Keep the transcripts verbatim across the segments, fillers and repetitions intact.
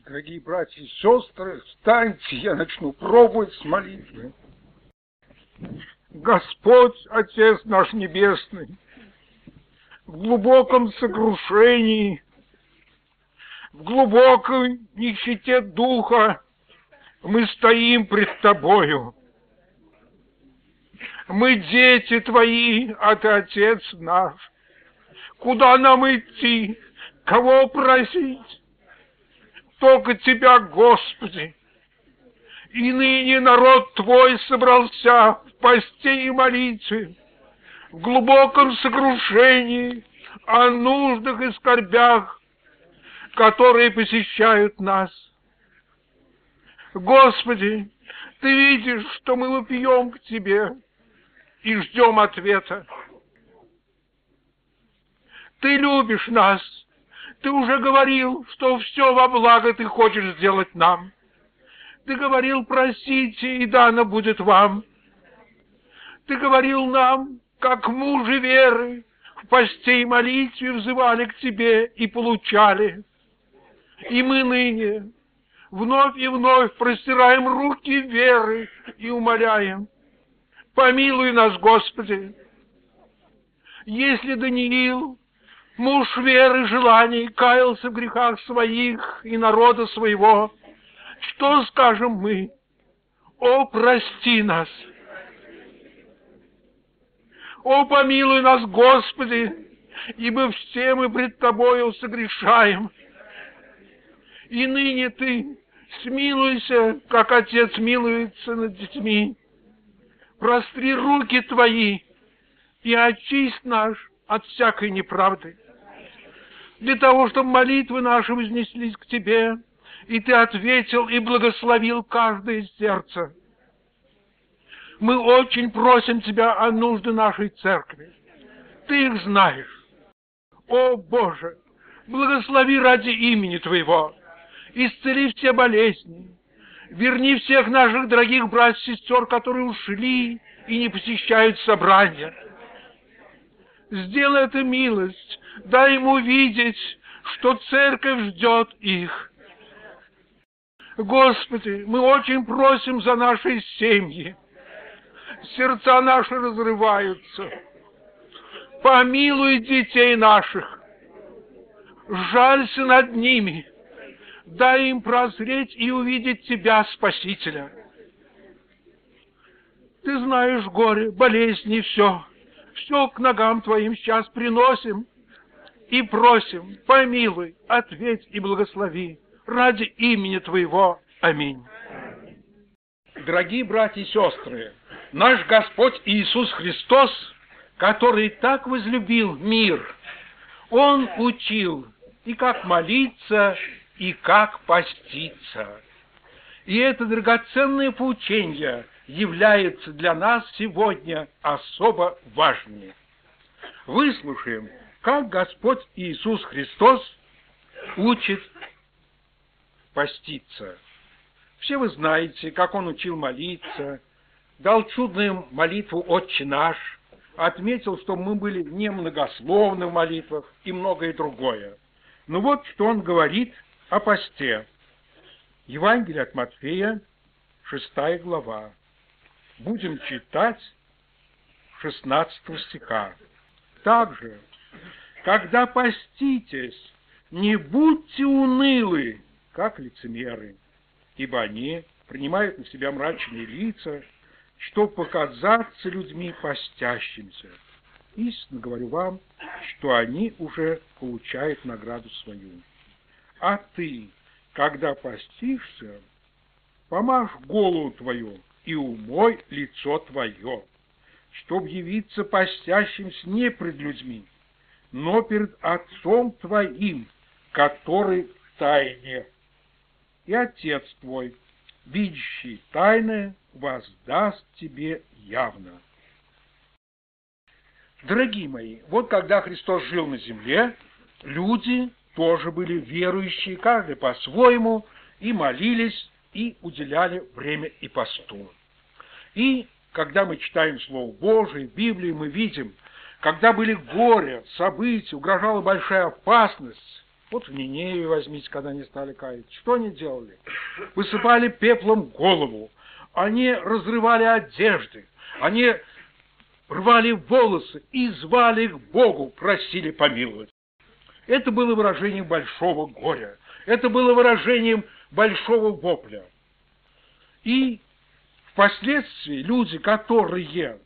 Дорогие братья и сестры, встаньте, я начну пробовать с молитвы. Господь, Отец наш Небесный, в глубоком сокрушении, в глубокой нищете духа мы стоим пред Тобою. Мы дети Твои, а Ты Отец наш. Куда нам идти? Кого просить? Только Тебя, Господи. И ныне народ Твой собрался в посте и молитве, в глубоком сокрушении о нуждах и скорбях, которые посещают нас. Господи, Ты видишь, что мы вопием к Тебе и ждем ответа. Ты любишь нас. Ты уже говорил, что все во благо Ты хочешь сделать нам. Ты говорил, просите, и дано будет вам. Ты говорил нам, как мужи веры, в посте и молитве взывали к Тебе и получали. И мы ныне вновь и вновь простираем руки веры и умоляем: помилуй нас, Господи. Если Даниил, муж веры и желаний, каялся в грехах своих и народа своего, что скажем мы? О, прости нас! О, помилуй нас, Господи, ибо все мы пред Тобою согрешаем. И ныне Ты смилуйся, как Отец милуется над детьми. Простри руки Твои и очисть наш от всякой неправды, для того, чтобы молитвы наши вознеслись к Тебе, и Ты ответил и благословил каждое сердце. Мы очень просим Тебя о нужде нашей церкви. Ты их знаешь. О, Боже, благослови ради имени Твоего, исцели все болезни, верни всех наших дорогих братьев и сестер, которые ушли и не посещают собрания. Сделай эту милость, дай им увидеть, что церковь ждет их. Господи, мы очень просим за наши семьи. Сердца наши разрываются. Помилуй детей наших. Жалься над ними. Дай им прозреть и увидеть Тебя, Спасителя. Ты знаешь горе, болезни, все. Все к ногам Твоим сейчас приносим и просим: помилуй, ответь и благослови ради имени Твоего. Аминь. Дорогие братья и сестры, наш Господь Иисус Христос, который так возлюбил мир, Он учил и как молиться, и как поститься. И это драгоценное поучение является для нас сегодня особо важным. Выслушаем, как Господь Иисус Христос учит поститься. Все вы знаете, как Он учил молиться, дал чудную молитву «Отче наш», отметил, что мы были немногословны в молитвах и многое другое. Ну вот, что Он говорит о посте. Евангелие от Матфея, шестая глава. Будем читать шестнадцатого стиха. Также, когда поститесь, не будьте унылы, как лицемеры, ибо они принимают на себя мрачные лица, чтобы показаться людьми постящимся. Истинно говорю вам, что они уже получают награду свою. А ты, когда постишься, помажь голову твою и умой лицо твое, чтоб явиться постящимся не пред людьми, но перед Отцом твоим, который в тайне. И Отец твой, видящий тайное, воздаст тебе явно. Дорогие мои, вот когда Христос жил на земле, люди тоже были верующие, каждый по-своему, и молились, и уделяли время и посту. И когда мы читаем Слово Божие, Библию, мы видим, когда были горе, события, угрожала большая опасность, Вот в Ниневии возьмите, когда они стали каяться. Что они делали? Высыпали пеплом голову. Они разрывали одежды. Они рвали волосы и звали их Богу, просили помиловать. Это было выражением большого горя. Это было выражением большого вопля. И впоследствии люди, которые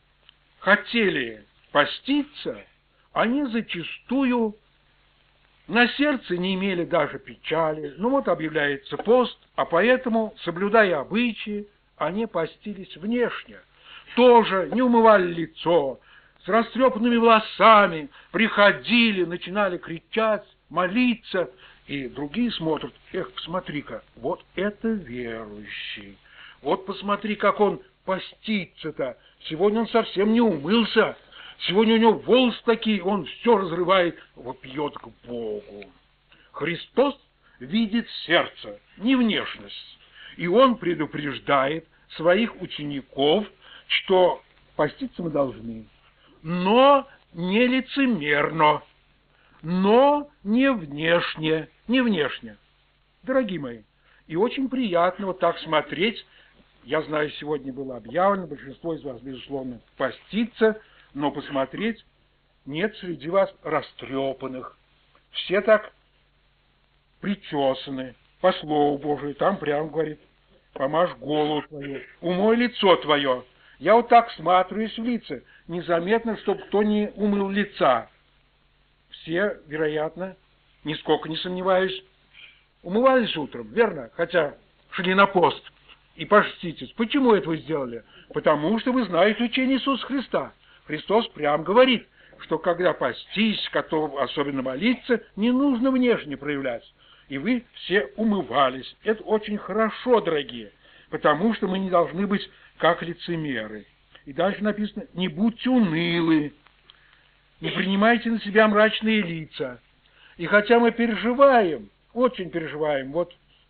хотели поститься, они зачастую на сердце не имели даже печали. Ну вот объявляется пост, а поэтому, соблюдая обычаи, они постились внешне. Тоже не умывали лицо, с растрепанными волосами, приходили, начинали кричать, молиться, и другие смотрят: эх, посмотри-ка, вот это верующий, вот посмотри, как он постится-то, сегодня он совсем не умылся, сегодня у него волосы такие, он все разрывает, вот пьет к Богу. Христос видит сердце, не внешность, и он предупреждает своих учеников, что поститься мы должны, но не лицемерно, но не внешне, не внешне. Дорогие мои, и очень приятно вот так смотреть. Я знаю, сегодня было объявлено, большинство из вас, безусловно, постится, но посмотреть, нет среди вас растрепанных. Все так причесаны, по Слову Божию, там прям говорит: помажь голову твою, умой лицо твое. Я вот так всматриваюсь в лица, незаметно, чтобы кто не умыл лица. Все, вероятно, нисколько не сомневаюсь, умывались утром, верно? Хотя шли на пост и поститесь. Почему это вы сделали? Потому что вы знаете учение Иисуса Христа. Христос прям говорит, что когда постись, особенно молиться, не нужно внешне проявлять. И вы все умывались. Это очень хорошо, дорогие, потому что мы не должны быть как лицемеры. И дальше написано: не будьте унылы, не принимайте на себя мрачные лица. И хотя мы переживаем, очень переживаем, вот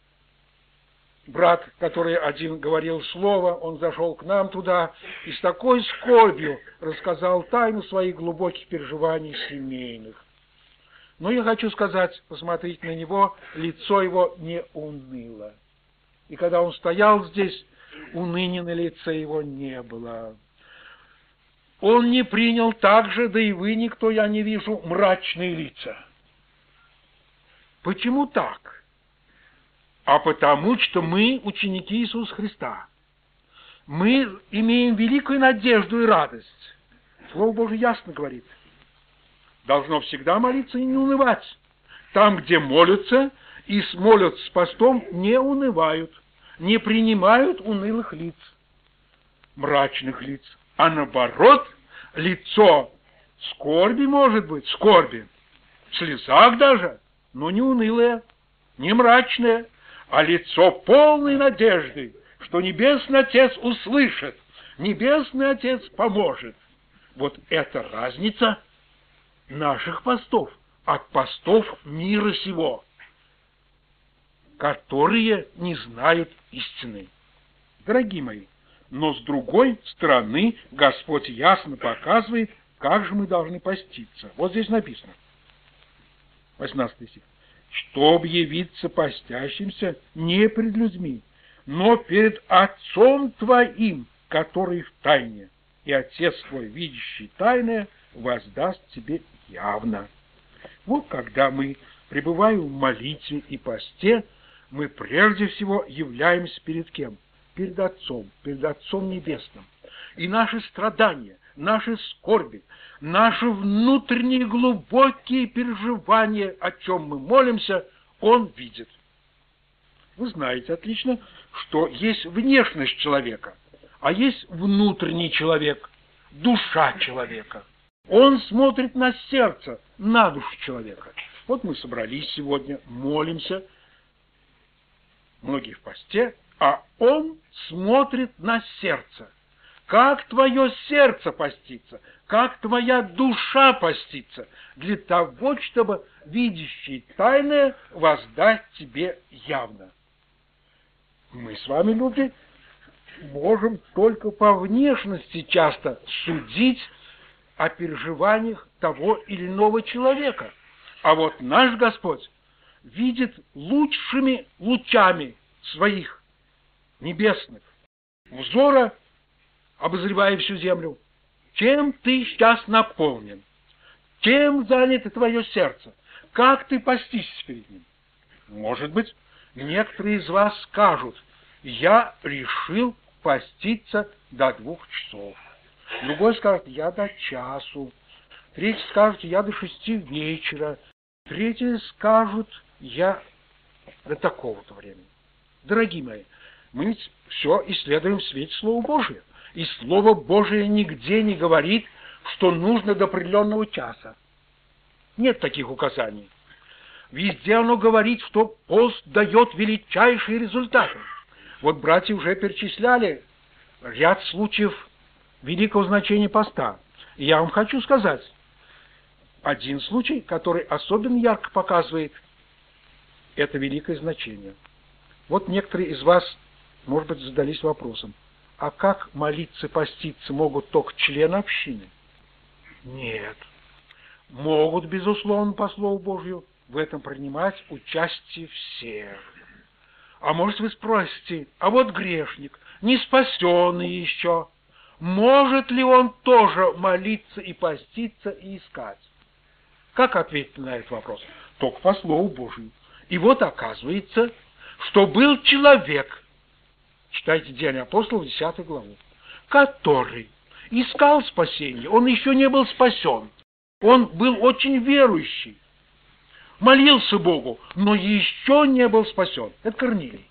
брат, который один говорил слово, он зашел к нам туда и с такой скорбью рассказал тайну своих глубоких переживаний семейных. Но я хочу сказать, посмотрите на него, лицо его не уныло. И когда он стоял здесь, уныния на лице его не было. Он не принял также, да и вы, никто, я не вижу, мрачные лица. Почему так? А потому что мы ученики Иисуса Христа. Мы имеем великую надежду и радость. Слово Божие ясно говорит: должно всегда молиться и не унывать. Там, где молятся и молят с постом, не унывают, не принимают унылых лиц, мрачных лиц, а наоборот, лицо скорби, может быть, скорби, в слезах даже, но не унылое, не мрачное, а лицо полной надежды, что Небесный Отец услышит, Небесный Отец поможет. Вот это разница наших постов от постов мира сего, которые не знают истины. Дорогие мои, но с другой стороны Господь ясно показывает, как же мы должны поститься. Вот здесь написано, восемнадцатый стих: «Чтоб явиться постящимся не пред людьми, но перед Отцом Твоим, который в тайне, и Отец Твой, видящий тайное, воздаст тебе явно». Вот когда мы пребываем в молитве и посте, мы прежде всего являемся перед кем? Перед Отцом, перед Отцом Небесным. И наши страдания, наши скорби, наши внутренние глубокие переживания, о чем мы молимся, Он видит. Вы знаете отлично, что есть внешность человека, а есть внутренний человек, душа человека. Он смотрит на сердце, на душу человека. Вот мы собрались сегодня, молимся, многие в посте, а он смотрит на сердце. Как твое сердце постится, как твоя душа постится, для того, чтобы видящий тайное воздать тебе явно. Мы с вами, люди, можем только по внешности часто судить о переживаниях того или иного человека. А вот наш Господь видит лучшими лучами своих небесных взора, обозревая всю землю, чем ты сейчас наполнен, чем занято твое сердце, как ты постишься перед ним. Может быть, некоторые из вас скажут: я решил поститься до двух часов. Другой скажет: я до часу. Третий скажет: я до шести вечера. Третий скажут: я до такого-то времени. Дорогие мои, мы ведь все исследуем в свете Слова Божия. И Слово Божие нигде не говорит, что нужно до определенного часа. Нет таких указаний. Везде оно говорит, что пост дает величайшие результаты. Вот братья уже перечисляли ряд случаев великого значения поста. И я вам хочу сказать один случай, который особенно ярко показывает это великое значение. Вот некоторые из вас, может быть, задались вопросом: а как молиться, поститься могут только члены общины? Нет. Могут, безусловно, по Слову Божию, в этом принимать участие все. А может, вы спросите: а вот грешник, не спасенный еще, может ли он тоже молиться и поститься и искать? Как ответить на этот вопрос? Только по Слову Божию. И вот оказывается, что был человек, читайте Деяния апостолов, десятую главу, который искал спасение, он еще не был спасен, он был очень верующий, молился Богу, но еще не был спасен. Это Корнилий.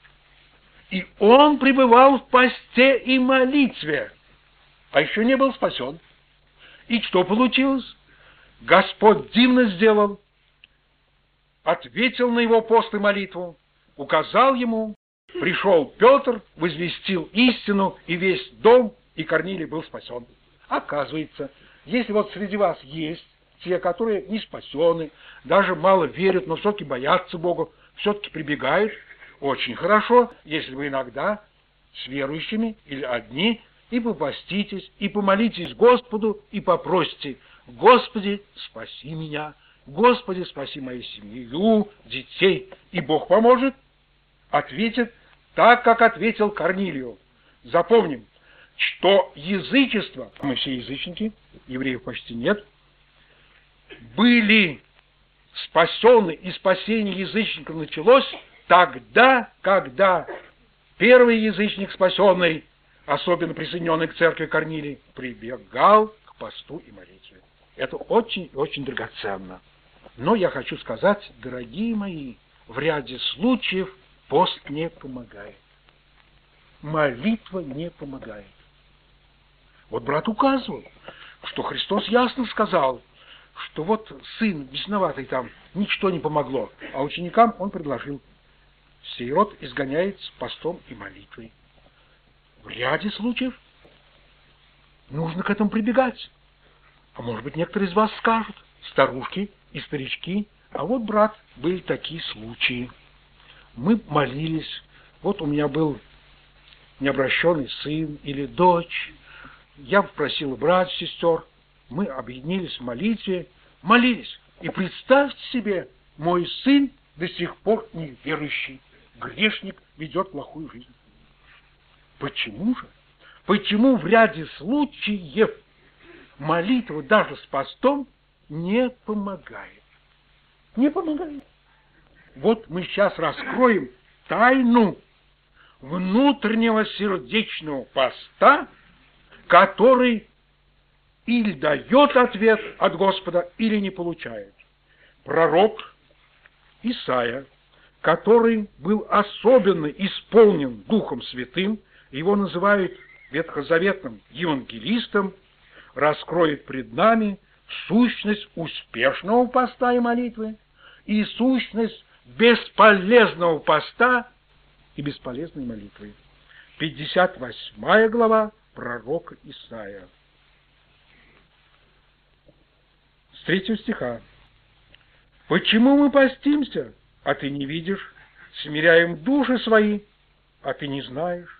И он пребывал в посте и молитве, а еще не был спасен. И что получилось? Господь дивно сделал, ответил на его пост и молитву, указал ему, пришел Петр, возвестил истину, и весь дом, и Корнилий был спасен. Оказывается, если вот среди вас есть те, которые не спасены, даже мало верят, но все-таки боятся Бога, все-таки прибегают, очень хорошо, если вы иногда с верующими или одни и попаститесь, и помолитесь Господу, и попросите: Господи, спаси меня, Господи, спаси мою семью, детей, и Бог поможет, ответит так, как ответил Корнилию. Запомним, что язычество, мы все язычники, евреев почти нет, были спасены, и спасение язычников началось тогда, когда первый язычник спасенный, особенно присоединенный к церкви Корнилий, прибегал к посту и молитве. Это очень-очень драгоценно. Но я хочу сказать, дорогие мои, в ряде случаев пост не помогает. Молитва не помогает. Вот брат указывал, что Христос ясно сказал, что вот сын бесноватый там, ничто не помогло, а ученикам он предложил: сей род изгоняется постом и молитвой. В ряде случаев нужно к этому прибегать. А может быть, некоторые из вас скажут: старушки и старички, а вот, брат, были такие случаи. Мы молились, вот у меня был необращенный сын или дочь, я попросил братьев, сестер, мы объединились в молитве, молились. И представьте себе, мой сын до сих пор неверующий, грешник, ведет плохую жизнь. Почему же? Почему в ряде случаев молитва даже с постом не помогает? Не помогает. Вот мы сейчас раскроем тайну внутреннего сердечного поста, который или дает ответ от Господа, или не получает. Пророк Исаия, который был особенно исполнен Духом Святым, его называют ветхозаветным евангелистом, раскроет пред нами сущность успешного поста и молитвы и сущность бесполезного поста и бесполезной молитвы. пятьдесят восьмая глава пророка Исаия. С третьего стиха. «Почему мы постимся, а ты не видишь? Смиряем души свои, а ты не знаешь?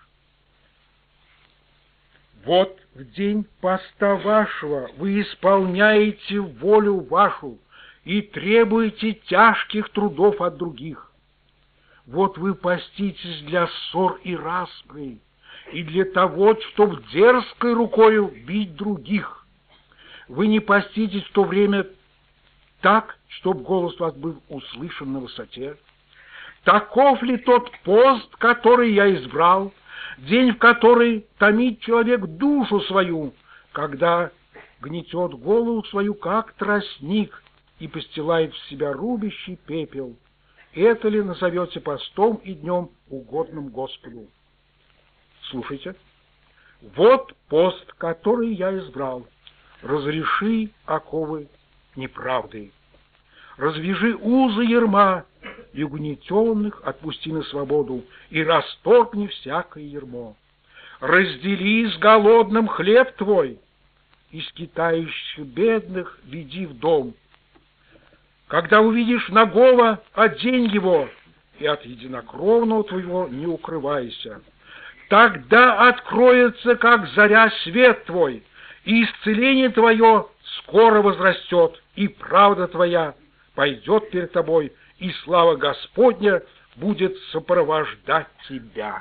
Вот в день поста вашего вы исполняете волю вашу и требуете тяжких трудов от других. Вот вы поститесь для ссор и распри, и для того, чтоб дерзкой рукою бить других. Вы не поститесь в то время так, чтоб голос вас был услышан на высоте. Таков ли тот пост, который я избрал, день, в который томит человек душу свою, когда гнетет голову свою, как тростник, и постилает в себя рубящий пепел? Это ли назовете постом и днем угодным Господу? Слушайте. Вот пост, который я избрал. Разреши оковы неправды. Развяжи узы ярма, и угнетенных отпусти на свободу, и расторгни всякое ярмо. Раздели с голодным хлеб твой, и скитающих бедных веди в дом. Когда увидишь нагого, одень его, и от единокровного твоего не укрывайся. Тогда откроется, как заря, свет твой, и исцеление твое скоро возрастет, и правда твоя пойдет перед тобой, и слава Господня будет сопровождать тебя.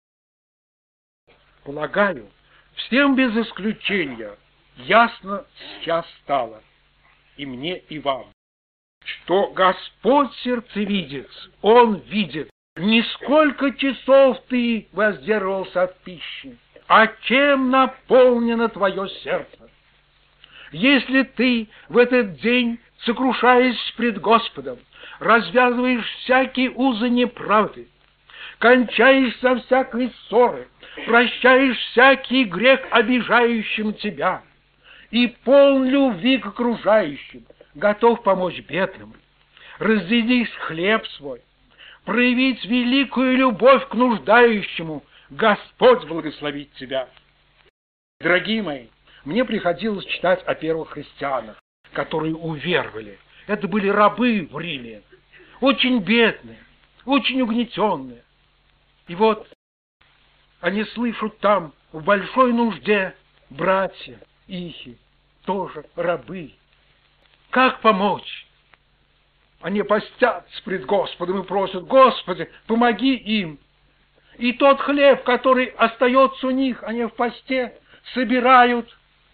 Полагаю, всем без исключения ясно сейчас стало, и мне, и вам, что Господь сердцевидец, Он видит, не сколько часов ты воздерживался от пищи, а чем наполнено твое сердце. Если ты в этот день, сокрушаясь пред Господом, развязываешь всякие узы неправды, кончаешь со всякой ссоры, прощаешь всякий грех обижающим тебя, и полн любви к окружающим, готов помочь бедным, разделить хлеб свой, проявить великую любовь к нуждающему, Господь благословит тебя. Дорогие мои, мне приходилось читать о первых христианах, которые уверовали. Это были рабы в Риме, очень бедные, очень угнетенные. И вот они слышат там в большой нужде братья ихи, тоже рабы. Как помочь? Они постятся пред Господом и просят: Господи, помоги им. И тот хлеб, который остается у них, они в посте собирают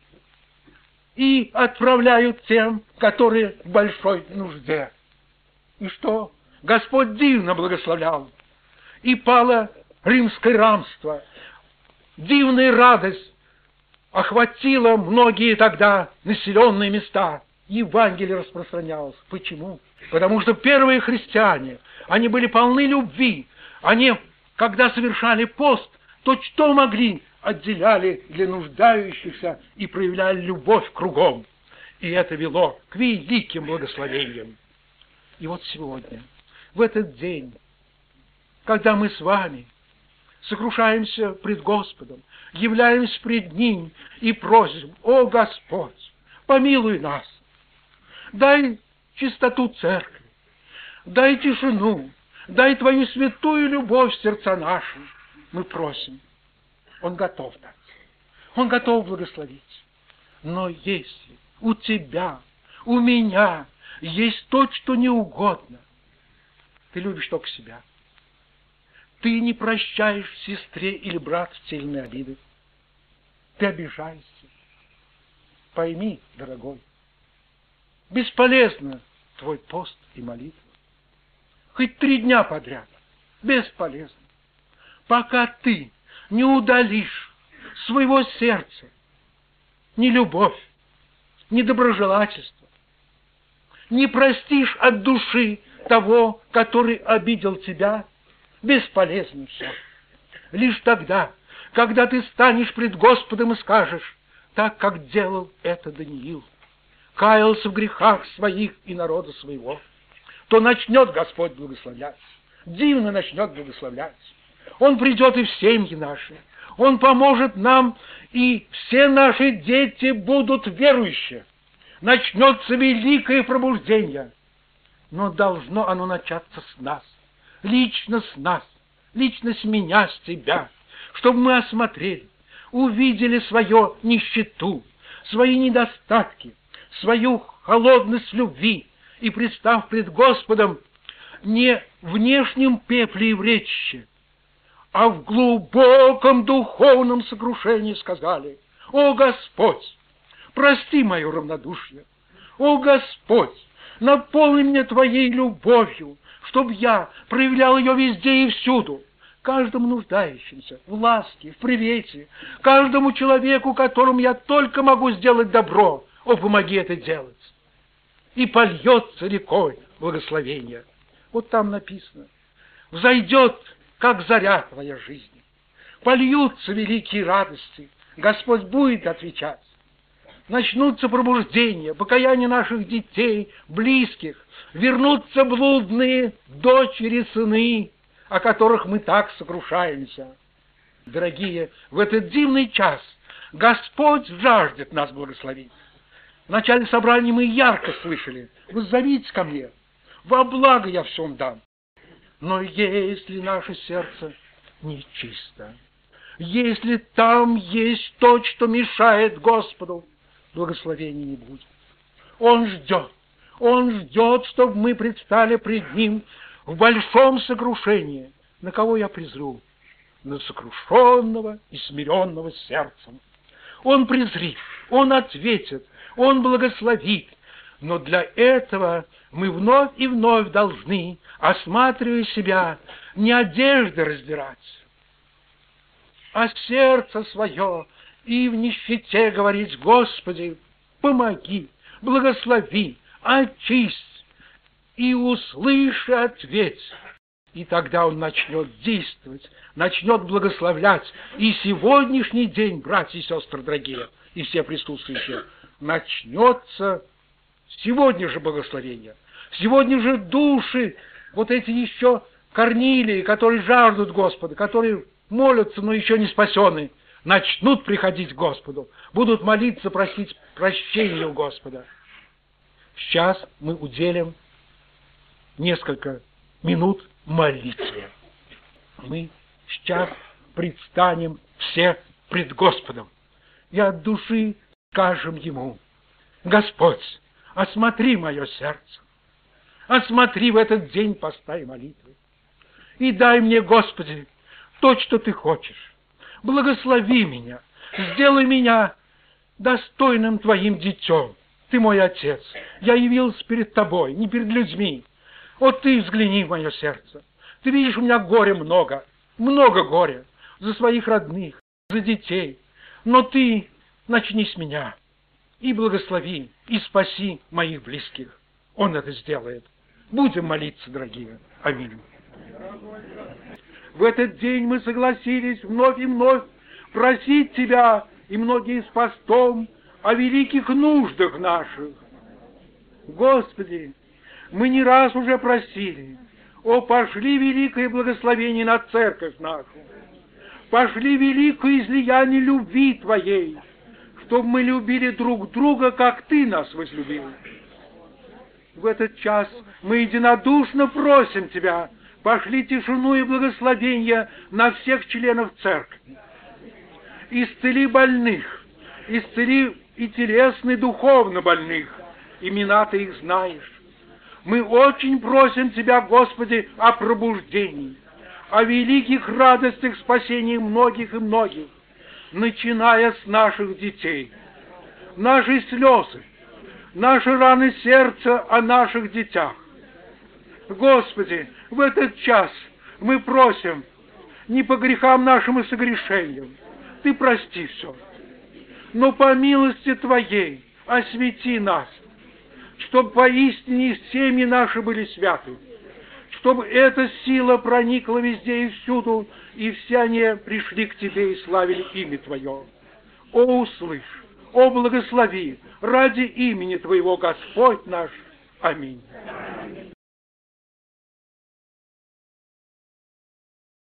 и отправляют тем, которые в большой нужде. И что? Господь дивно благословлял. И пало римское рамство. Дивная радость охватила многие тогда населенные места. Евангелие распространялось. Почему? Потому что первые христиане, они были полны любви. Они, когда совершали пост, то что могли, отделяли для нуждающихся и проявляли любовь кругом. И это вело к великим благословениям. И вот сегодня, в этот день, когда мы с вами сокрушаемся пред Господом, являемся пред Ним и просим: о Господь, помилуй нас, дай чистоту церкви, дай тишину, дай Твою святую любовь в сердца наши. Мы просим. Он готов дать. Он готов благословить. Но если у тебя, у меня есть то, что не угодно, ты любишь только себя, ты не прощаешь сестре или брату тельные обиды, ты обижаешься. Пойми, дорогой, бесполезно твой пост и молитва. Хоть три дня подряд. Бесполезно. Пока ты не удалишь своего сердца ни любовь, ни доброжелательство, не простишь от души того, который обидел тебя, бесполезно все. Лишь тогда, когда ты станешь пред Господом и скажешь, так как делал это Даниил, каялся в грехах своих и народа своего, то начнет Господь благословлять, дивно начнет благословлять. Он придет и в семьи наши, Он поможет нам, и все наши дети будут верующие. Начнется великое пробуждение. Но должно оно начаться с нас, лично с нас, лично с меня, с тебя, чтобы мы осмотрели, увидели свою нищету, свои недостатки, свою холодность любви и представ пред Господом не в внешнем пепле и вречище, а в глубоком духовном сокрушении сказали: «О Господь, прости мое равнодушие! О Господь, наполни меня Твоей любовью, чтобы я проявлял ее везде и всюду, каждому нуждающемуся в ласке, в привете, каждому человеку, которому я только могу сделать добро. О, помоги это делать!» И польется рекой благословения. Вот там написано: «Взойдет, как заря твоя жизни, польются великие радости». Господь будет отвечать. Начнутся пробуждения, покаяние наших детей, близких, вернутся блудные дочери, сыны, о которых мы так сокрушаемся. Дорогие, в этот дивный час Господь жаждет нас благословить. В начале собрания мы ярко слышали: «Воззовите ко мне, во благо я всем дам». Но если наше сердце нечисто, если там есть то, что мешает Господу, благословения не будет. Он ждет, Он ждет, чтобы мы предстали пред Ним в большом сокрушении. На кого я презрю? На сокрушенного и смиренного сердцем. Он презрит, Он ответит, Он благословит. Но для этого мы вновь и вновь должны, осматривая себя, не одежды раздирать, а сердце свое, и в нищете говорить: «Господи, помоги, благослови, очисть, и услыши ответь». И тогда Он начнет действовать, начнет благословлять. И сегодняшний день, братья и сестры дорогие, и все присутствующие, начнется сегодня же благословение. Сегодня же души, вот эти еще Корнилии, которые жаждут Господа, которые молятся, но еще не спасены, начнут приходить к Господу, будут молиться, просить прощения у Господа. Сейчас мы уделим несколько минут молитве. Мы сейчас предстанем все пред Господом и от души скажем Ему: «Господь, осмотри мое сердце, осмотри в этот день поста и молитвы, и дай мне, Господи, то, что Ты хочешь. Благослови меня, сделай меня достойным Твоим детем. Ты мой Отец, я явился перед Тобой, не перед людьми. О, Ты взгляни в мое сердце. Ты видишь, у меня горя много, много горя за своих родных, за детей. Но Ты начни с меня и благослови, и спаси моих близких». Он это сделает. Будем молиться, дорогие. Аминь. В этот день мы согласились вновь и вновь просить Тебя, и многие с постом, о великих нуждах наших. Господи, мы не раз уже просили: «О, пошли великое благословение на церковь нашу, пошли великое излияние любви Твоей, чтобы мы любили друг друга, как Ты нас возлюбил». В этот час мы единодушно просим Тебя: пошли тишину и благословение на всех членов церкви. Исцели больных, исцели и телесно, и духовно больных. Имена Ты их знаешь. Мы очень просим Тебя, Господи, о пробуждении, о великих радостях спасения многих и многих, начиная с наших детей. Наши слезы, наши раны сердца о наших детях. Господи, в этот час мы просим: не по грехам нашим и согрешениям, Ты прости все, но по милости Твоей освети нас, чтобы поистине семьи наши были святы, чтобы эта сила проникла везде и всюду, и все они пришли к Тебе и славили имя Твое. О, услышь, о, благослови ради имени Твоего, Господь наш. Аминь.